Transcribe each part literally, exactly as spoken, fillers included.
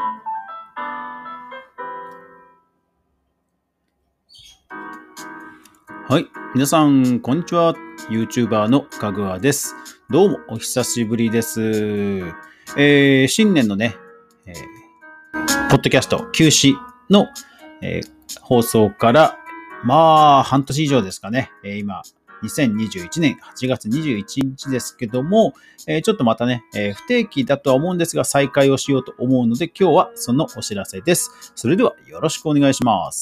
はい。皆さん、こんにちは。YouTuber のかぐわです。どうも、お久しぶりです。えー、新年のね、えー、ポッドキャスト休止の、えー、放送から、まあ、半年以上ですかね。えー、今、にせんにじゅういちねんはちがつにじゅういちにちですけども、えー、ちょっとまたね、えー、不定期だとは思うんですが、再開をしようと思うので、今日はそのお知らせです。それでは、よろしくお願いします。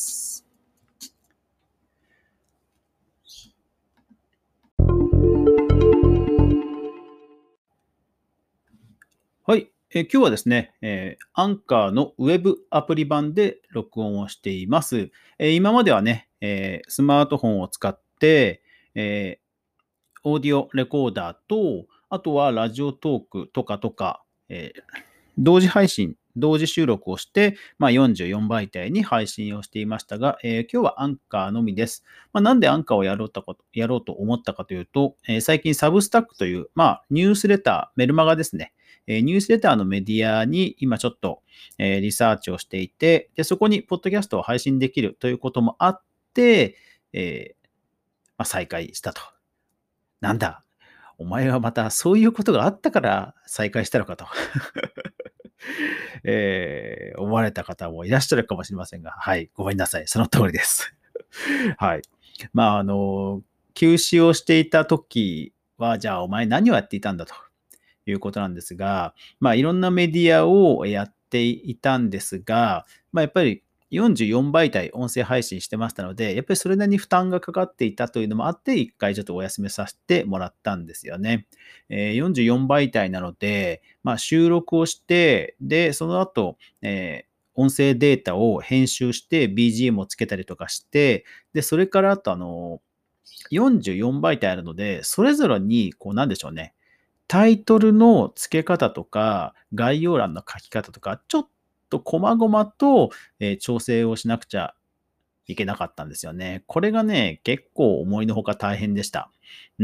はい、えー今日はですね、えーアンカーのウェブアプリ版で録音をしています。えー今まではね、えースマートフォンを使って、えーオーディオレコーダーと、あとはラジオトークとかとか、えー同時配信、同時収録をして、まあ、よんじゅうよん媒体に配信をしていましたが、えー今日はアンカーのみです。まあ、なんでアンカーをやろうとやろうと思ったかというと、えー最近サブスタックという、まあ、ニュースレター、メルマガですね。えーニュースレターのメディアに今ちょっと、えーリサーチをしていて、で、そこにポッドキャストを配信できるということもあって、えーまあ、再開したと。なんだ、お前はまたそういうことがあったから再開したのかと、えー思われた方もいらっしゃるかもしれませんが、はい、ごめんなさい。その通りです。はい。まあ、あの、休止をしていた時は、じゃあお前何をやっていたんだということなんですが、まあ、いろんなメディアをやっていたんですが、まあ、やっぱりよんじゅうよん媒体音声配信してましたので、やっぱりそれなりに負担がかかっていたというのもあって、一回ちょっとお休みさせてもらったんですよね。えーよんじゅうよん媒体なので、まあ、収録をして、で、その後、えー音声データを編集して ビージーエム をつけたりとかして、で、それからあとあの、よんじゅうよん媒体あるので、それぞれに、こうなんでしょうね、タイトルの付け方とか、概要欄の書き方とか、ちょっと細々と、えー調整をしなくちゃいけなかったんですよね。これがね、結構思いのほか大変でした。うん。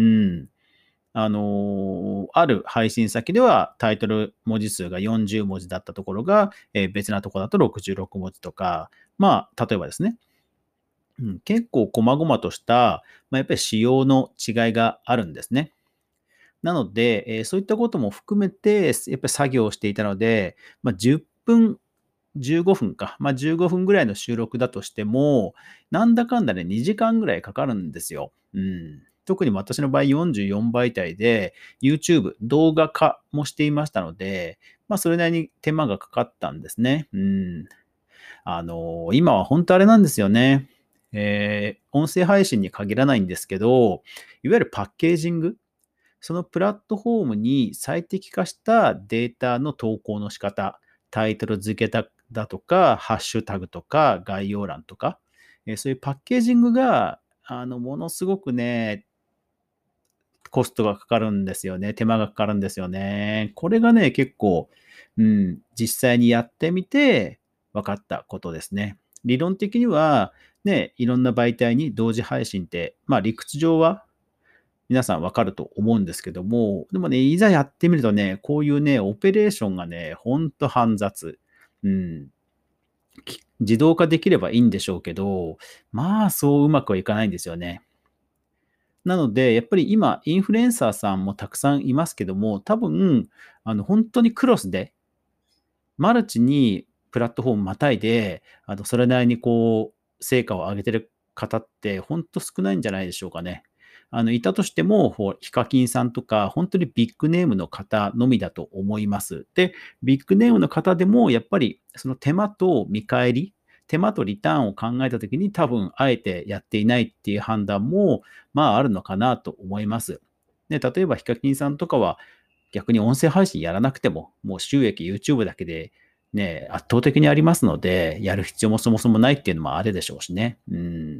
あのーある配信先ではタイトル文字数がよんじゅう文字だったところが、えー別なところだとろくじゅうろく文字とか、まあ、例えばですね、うん、結構細々とした、まあ、やっぱり仕様の違いがあるんですね。なので、えーそういったことも含めて、やっぱり作業をしていたので、まあ、じゅっぷん、じゅうごふんか、まあ、じゅうごふんぐらいの収録だとしても、なんだかんだね、にじかんぐらいかかるんですよ。うん。特に私の場合よんじゅうよん媒体で YouTube、動画化もしていましたので、まあ、それなりに手間がかかったんですね。うん。あの、今は本当あれなんですよね。えー音声配信に限らないんですけど、いわゆるパッケージング、そのプラットフォームに最適化したデータの投稿の仕方、タイトル付けだだとか、ハッシュタグとか、概要欄とか、えーそういうパッケージングが、あの、ものすごくね、コストがかかるんですよね。手間がかかるんですよね。これがね、結構、うん、実際にやってみて分かったことですね。理論的には、ね、いろんな媒体に同時配信って、まあ理屈上は皆さんわかると思うんですけども、でもね、いざやってみるとね、こういうね、オペレーションがね、ほんと煩雑。うん。き自動化できればいいんでしょうけど、まあ、そううまくはいかないんですよね。なので、やっぱり今、インフルエンサーさんもたくさんいますけども、多分、あの、本当にクロスで、マルチにプラットフォームまたいで、あの、それなりにこう、成果を上げてる方って、本当少ないんじゃないでしょうかね。あの、いたとしても、ほうヒカキンさんとか、本当にビッグネームの方のみだと思います。で、ビッグネームの方でも、やっぱりその手間と見返り、手間とリターンを考えたときに、多分、あえてやっていないっていう判断も、まあ、あるのかなと思います。で、例えばヒカキンさんとかは、逆に音声配信やらなくても、もう収益 YouTube だけでね、圧倒的にありますので、やる必要もそもそもないっていうのもあるでしょうしね。うん。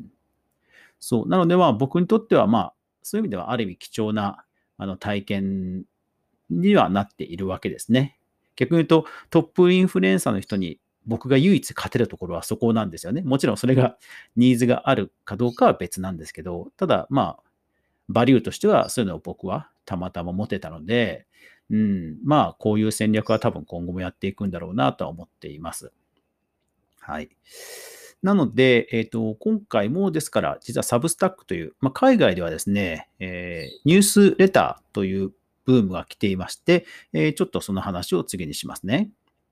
そう。なので、まあ、僕にとっては、まあ、そういう意味ではある意味貴重なあの体験にはなっているわけですね。逆に言うと、トップインフルエンサーの人に僕が唯一勝てるところはそこなんですよね。もちろんそれがニーズがあるかどうかは別なんですけど、ただ、まあ、バリューとしてはそういうのを僕はたまたま持てたので、 うん、まあ、こういう戦略は多分今後もやっていくんだろうなとは思っています。はい。なので、えっと、今回もですから、実はサブスタックという、まあ、海外ではですね、えーニュースレターというブームが来ていまして、えーちょっとその話を次にしますね。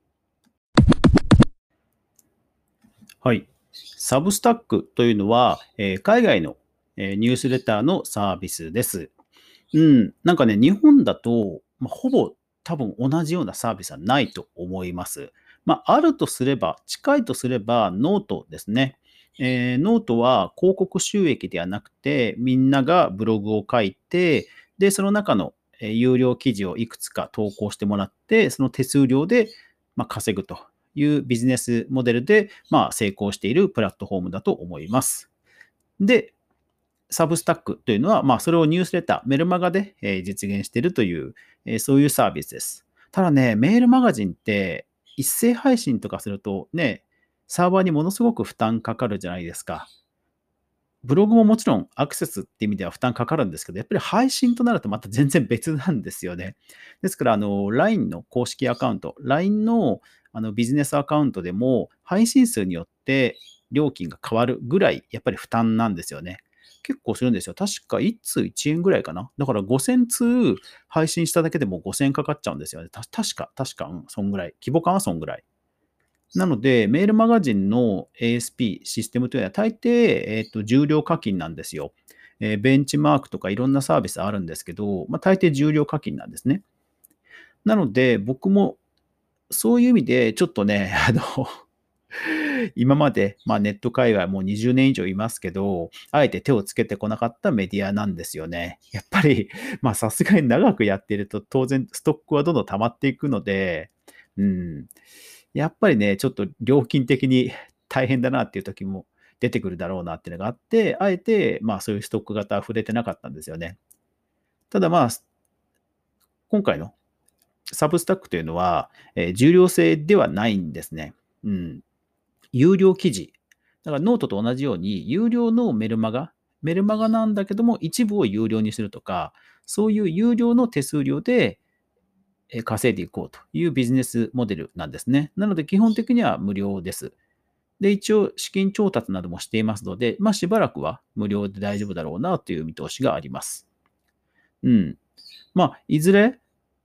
はい。サブスタックというのは、えー海外の、えーニュースレターのサービスです。うん、なんかね、日本だと、まあ、ほぼ多分同じようなサービスはないと思います。まあ、あるとすれば、近いとすればノートですね。えーノートは広告収益ではなくて、みんながブログを書いて、で、その中のえー有料記事をいくつか投稿してもらって、その手数料で、まあ、稼ぐというビジネスモデルで、まあ、成功しているプラットフォームだと思います。で、サブスタックというのは、まあ、それをニュースレター、メルマガで、えー実現しているという、えーそういうサービスです。ただね、メールマガジンって一斉配信とかするとね、サーバーにものすごく負担かかるじゃないですか。ブログももちろんアクセスって意味では負担かかるんですけど、やっぱり配信となるとまた全然別なんですよね。ですから、あの、ライン の公式アカウント、ライン のあのビジネスアカウントでも配信数によって料金が変わるぐらい、やっぱり負担なんですよね。結構するんですよ。確かいっ通いちえんぐらいかな。だからごせん通配信しただけでもごせんかかっちゃうんですよね。た確か、確か、うん、そんぐらい。規模感はそんぐらい。なので、メールマガジンの エーエスピー システムというのは大抵、えっと、重量課金なんですよ。えーベンチマークとかいろんなサービスあるんですけど、まあ、大抵重量課金なんですね。なので、僕もそういう意味でちょっとね、あの、今まで、まあ、ネット界隈もうにじゅうねん以上いますけど、あえて手をつけてこなかったメディアなんですよね。やっぱり、まあ、さすがに長くやっていると当然ストックはどんどん溜まっていくので、うん、やっぱりね、ちょっと料金的に大変だなっていう時も出てくるだろうなっていうのがあって、あえて、まあ、そういうストック型は触れてなかったんですよね。ただ、まあ、今回のサブスタックというのは、えー重量制ではないんですね。うん。有料記事。だからノートと同じように、有料のメルマガ、メルマガなんだけども、一部を有料にするとか、そういう有料の手数料でえー稼いでいこうというビジネスモデルなんですね。なので、基本的には無料です。で、一応、資金調達などもしていますので、まあ、しばらくは無料で大丈夫だろうなという見通しがあります。うん。まあ、いずれ、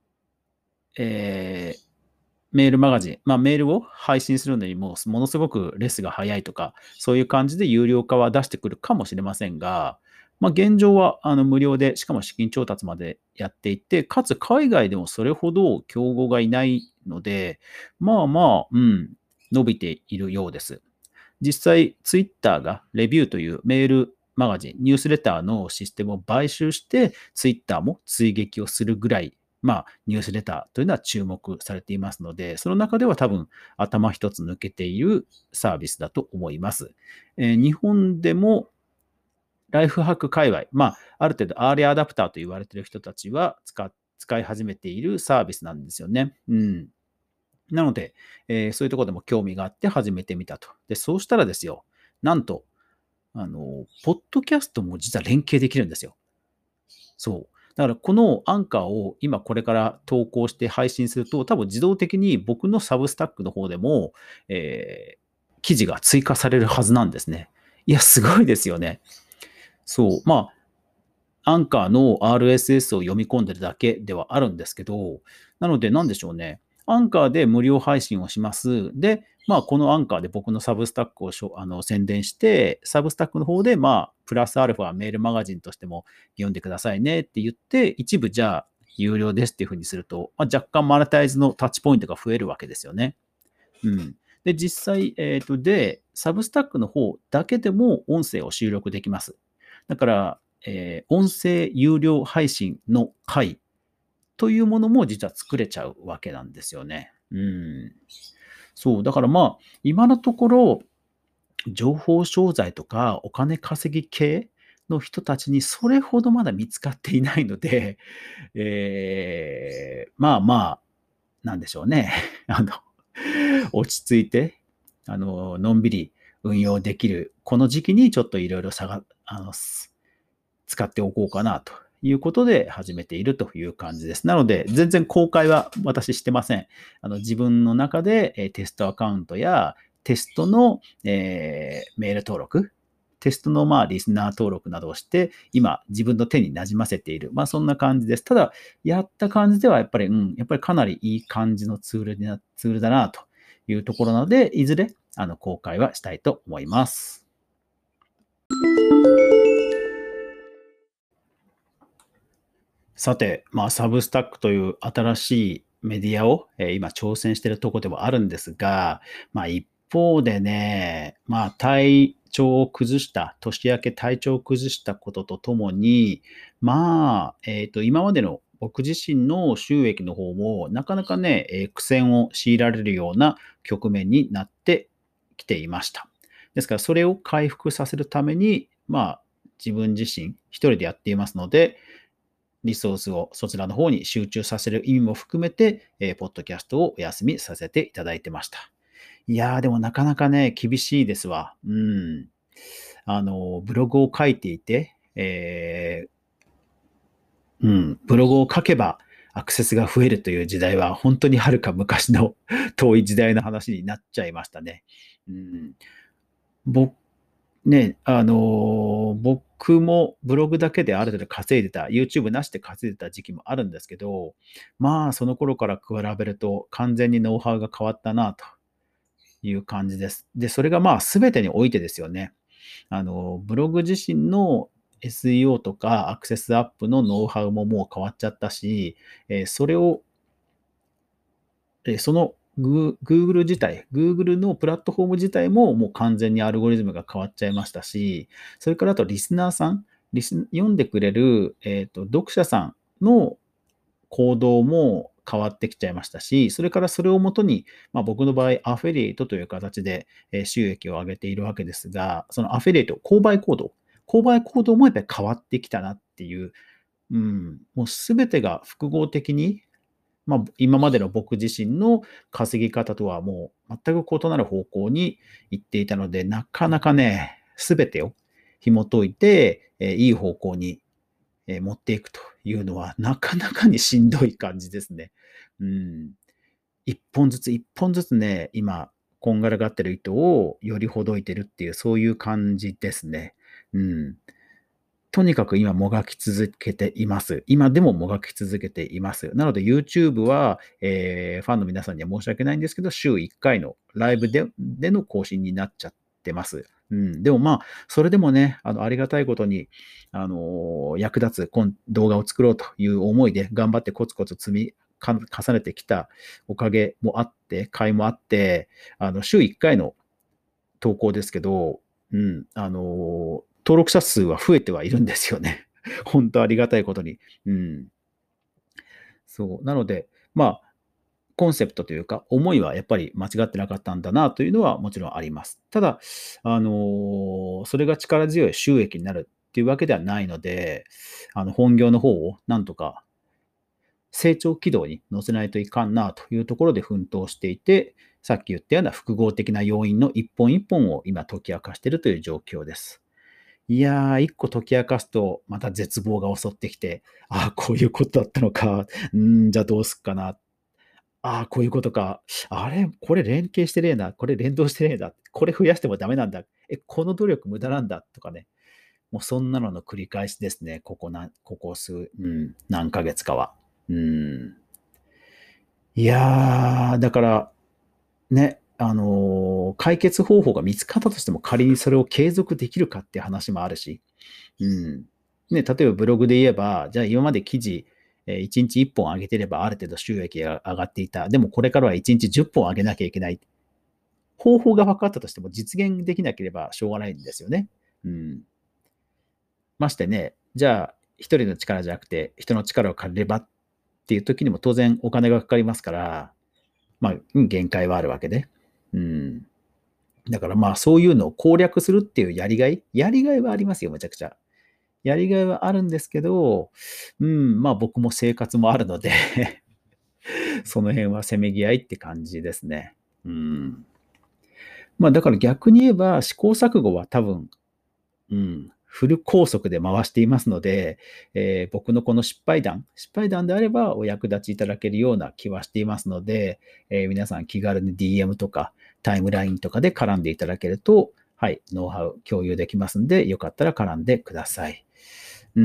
えーメールマガジン、まあ、メールを配信するのにも、ものすごくレスが早いとか、そういう感じで有料化は出してくるかもしれませんが、まあ、現状はあの無料で、しかも資金調達までやっていて、かつ海外でもそれほど競合がいないので、まあまあ、うん、伸びているようです。実際、ツイッターがレビューというメールマガジン、ニュースレターのシステムを買収して、ツイッターも追撃をするぐらい、まあ、ニュースレターというのは注目されていますので、その中では多分頭一つ抜けているサービスだと思います。えー日本でもライフハック界隈、まあ、ある程度アーリーアダプターと言われている人たちは使使い始めているサービスなんですよね。うん。なので、えーそういうところでも興味があって始めてみたと。で、そうしたらですよ、なんと、あの、ポッドキャストも実は連携できるんですよ。そう。だからこのアンカーを今これから投稿して配信すると、多分自動的に僕のサブスタックの方でも、えー記事が追加されるはずなんですね。いや、すごいですよね。そう。まあ、アンカーの アールエスエス を読み込んでるだけではあるんですけど、なので、なんでしょうね。アンカーで無料配信をします。で、まあ、このアンカーで僕のサブスタックをしょあの宣伝して、サブスタックの方で、まあ、プラスアルファメールマガジンとしても読んでくださいねって言って、一部じゃあ、有料ですっていうふうにすると、まあ、若干マネタイズのタッチポイントが増えるわけですよね。うん。で、実際、えっ、と、で、サブスタックの方だけでも音声を収録できます。だから、えー音声有料配信の回というものも実は作れちゃうわけなんですよね。うん。そう。だからまあ、今のところ、情報商材とかお金稼ぎ系の人たちにそれほどまだ見つかっていないので、えーまあまあ、なんでしょうね。あの、落ち着いて、あの、のんびり運用できる、この時期にちょっといろいろさが、あの、す使っておこうかなということで始めているという感じです。なので、全然公開は私してません。あの自分の中で、えーテストアカウントやテストの、えーメール登録、テストのまあリスナー登録などをして、今自分の手に馴染ませている。まあそんな感じです。ただ、やった感じではやっぱり、うん、やっぱりかなりいい感じのツールになツールだなというところなので、いずれあの公開はしたいと思います。さて、まあ、サブスタックという新しいメディアを、えー今挑戦しているところではあるんですが、まあ、一方でね、まあ、体調を崩した、年明け体調を崩したこととともに、まあ、えっと、今までの僕自身の収益の方も、なかなかね、えー苦戦を強いられるような局面になってきていました。ですから、それを回復させるために、まあ、自分自身一人でやっていますので、リソースをそちらの方に集中させる意味も含めて、えーポッドキャストをお休みさせていただいてました。いやー、でもなかなかね、厳しいですわ。うん。あの、ブログを書いていて、えーうん、ブログを書けばアクセスが増えるという時代は、本当にはるか昔の遠い時代の話になっちゃいましたね。うん、僕ね、あの、僕もブログだけである程度稼いでた、YouTube なしで稼いでた時期もあるんですけど、まあ、その頃から比べると完全にノウハウが変わったなという感じです。で、それがまあ全てにおいてですよね。あの、ブログ自身の エスイーオー とかアクセスアップのノウハウももう変わっちゃったし、えーそれをえ、そのグー Google 自体、Google のプラットフォーム自体ももう完全にアルゴリズムが変わっちゃいましたし、それからあとリスナーさん、リス読んでくれる、えっと、読者さんの行動も変わってきちゃいましたし、それからそれをもとに、まあ、僕の場合、アフィリエイトという形で、え、収益を上げているわけですが、そのアフィリエイト、購買行動購買行動もやっぱり変わってきたなっていう、うん、もう全てが複合的にまあ、今までの僕自身の稼ぎ方とはもう全く異なる方向に行っていたので、なかなかね、すべてを紐解いて、え、いい方向に、え、持っていくというのは、なかなかにしんどい感じですね。うん。一本ずつ一本ずつね、今、こんがらがってる糸をよりほどいてるっていう、そういう感じですね。うん。とにかく今もがき続けています。今でももがき続けています。なので YouTube は、えーファンの皆さんには申し訳ないんですけど、週いっかいのライブででの更新になっちゃってます。うん、でもまあ、それでもね、あの、ありがたいことに、あの、役立つこん動画を作ろうという思いで頑張ってコツコツ積みか重ねてきたおかげもあって、甲斐もあって、あの、週いっかいの投稿ですけど、うん、あの、登録者数は増えてはいるんですよね。本当ありがたいことに。うん。そう。なので、まあ、コンセプトというか、思いはやっぱり間違ってなかったんだなというのはもちろんあります。ただ、あの、それが力強い収益になるっていうわけではないので、あの、本業の方をなんとか成長軌道に乗せないといかんなというところで奮闘していて、さっき言ったような複合的な要因の一本一本を今解き明かしているという状況です。いやー、一個解き明かすと、また絶望が襲ってきて、ああ、こういうことだったのか。うーん、じゃあどうすっかな。ああ、こういうことか。あれ、これ連携してねえな。これ連動してねえな。これ増やしてもダメなんだ。え、この努力無駄なんだ。とかね。もうそんなのの繰り返しですね。ここな、ここ数、うん、何ヶ月かは。うん。いやー、だから、ね、あの、解決方法が見つかったとしても、仮にそれを継続できるかっていう話もあるし、うん。ね、例えばブログで言えば、じゃあ今まで記事、えーいちにちいっぽん上げてればある程度収益が上がっていた。でもこれからはいちにちじゅっぽん上げなきゃいけない。方法が分かったとしても実現できなければしょうがないんですよね。うん。ましてね、じゃあ一人の力じゃなくて人の力を借りればっていう時にも当然お金がかかりますから、まあ、うん限界はあるわけで。うん。だからまあそういうのを攻略するっていうやりがいやりがいはありますよ、むちゃくちゃ。やりがいはあるんですけど、うん、まあ僕も生活もあるのでその辺はせめぎ合いって感じですね。うん。まあだから逆に言えば試行錯誤は多分、うん、 フル高速で回していますので、えー僕のこの失敗談、失敗談であればお役立ちいただけるような気はしていますので、えー皆さん気軽に ディーエム とかタイムラインとかで絡んでいただけると、はい、ノウハウ共有できますんで、よかったら絡んでください。うん、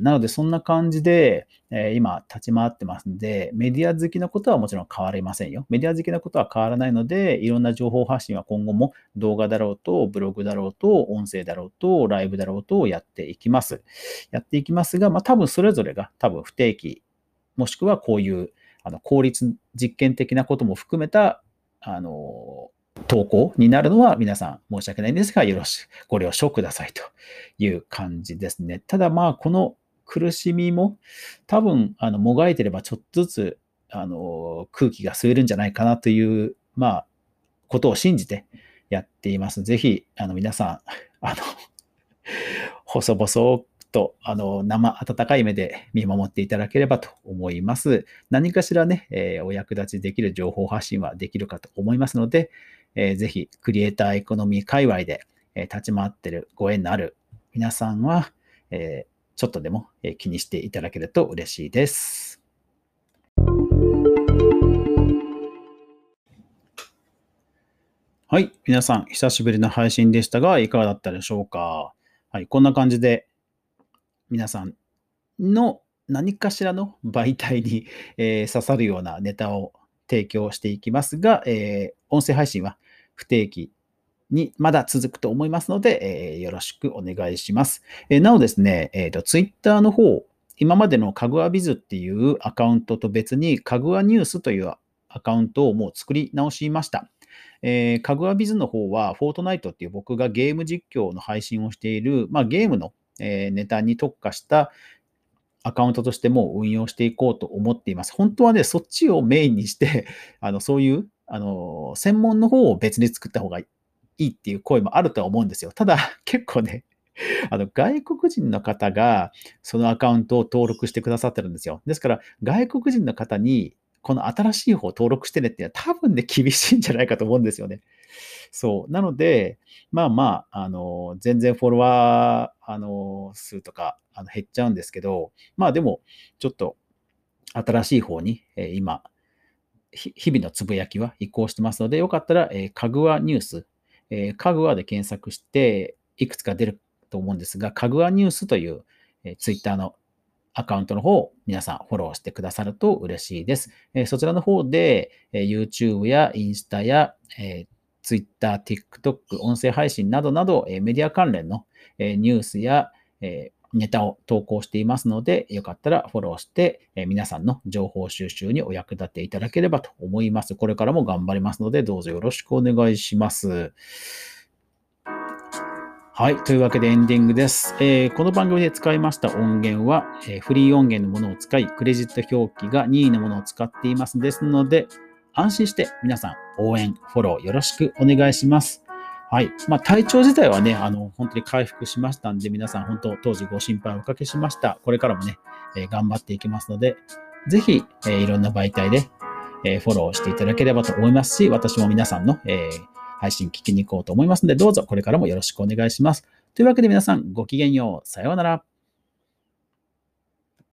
なので、そんな感じで、えー今、立ち回ってますんで、メディア好きなことはもちろん変わりませんよ。メディア好きなことは変わらないので、いろんな情報発信は今後も動画だろうと、ブログだろうと、音声だろうと、ライブだろうとやっていきます。やっていきますが、まあ多分それぞれが多分不定期、もしくはこういうあの効率実験的なことも含めた、あの、投稿になるのは皆さん申し訳ないんですが、よろしくご了承くださいという感じですね。ただまあ、この苦しみも多分、あの、もがいてればちょっとずつ、あの、空気が吸えるんじゃないかなという、まあ、ことを信じてやっています。ぜひ、あの、皆さん、あの、細々と、あの、生温かい目で見守っていただければと思います。何かしらね、えーお役立ちできる情報発信はできるかと思いますので、えーぜひ、クリエイターエコノミー界隈で、えー立ち回ってるご縁のある皆さんは、えーちょっとでもえー気にしていただけると嬉しいです。はい。皆さん、久しぶりの配信でしたが、いかがだったでしょうか。はい。こんな感じで、皆さんの何かしらの媒体に、えー刺さるようなネタを提供していきますが、えー音声配信は不定期にまだ続くと思いますので、えーよろしくお願いします。えーなおですね、えーと、Twitter の方、今までのかぐわビズっていうアカウントと別に、かぐわニュースというアカウントをもう作り直しました。えー、かぐわビズの方は、フォートナイトっていう僕がゲーム実況の配信をしている、まあ、ゲームの、えーネタに特化したアカウントとしても運用していこうと思っています。本当はね、そっちをメインにして、あの、そういう、あの、専門の方を別に作った方がいいっていう声もあるとは思うんですよ。ただ、結構ね、あの、外国人の方がそのアカウントを登録してくださってるんですよ。ですから、外国人の方に、この新しい方を登録してねっていうのは多分ね、厳しいんじゃないかと思うんですよね。そう。なので、まあまあ、あの、全然フォロワー、あの、数とか、あの減っちゃうんですけど、まあでも、ちょっと新しい方に、えー今、ひ日々のつぶやきは移行してますので、よかったら、えーかぐわニュース、えーかぐわで検索して、いくつか出ると思うんですが、かぐわニュースという、えー、ツイッターのアカウントの方を皆さんフォローしてくださると嬉しいです。えーそちらの方で、えー YouTube やインスタや、えー Twitter、TikTok、音声配信などなど、えーメディア関連の、えーニュースや、えーネタを投稿していますので、よかったらフォローして、えー皆さんの情報収集にお役立ていただければと思います。これからも頑張りますので、どうぞよろしくお願いします。はい。というわけでエンディングです。えーこの番組で使いました音源は、えーフリー音源のものを使い、クレジット表記が任意のものを使っていますですので、安心して皆さん応援、フォローよろしくお願いします。はい。まあ、体調自体はね、あの、本当に回復しましたんで、皆さん本当、当時ご心配をおかけしました。これからもね、えー頑張っていきますので、ぜひ、えーいろんな媒体で、えーフォローしていただければと思いますし、私も皆さんの、えー配信聞きに行こうと思いますので、どうぞこれからもよろしくお願いします。というわけで皆さんごきげんよう。さようなら。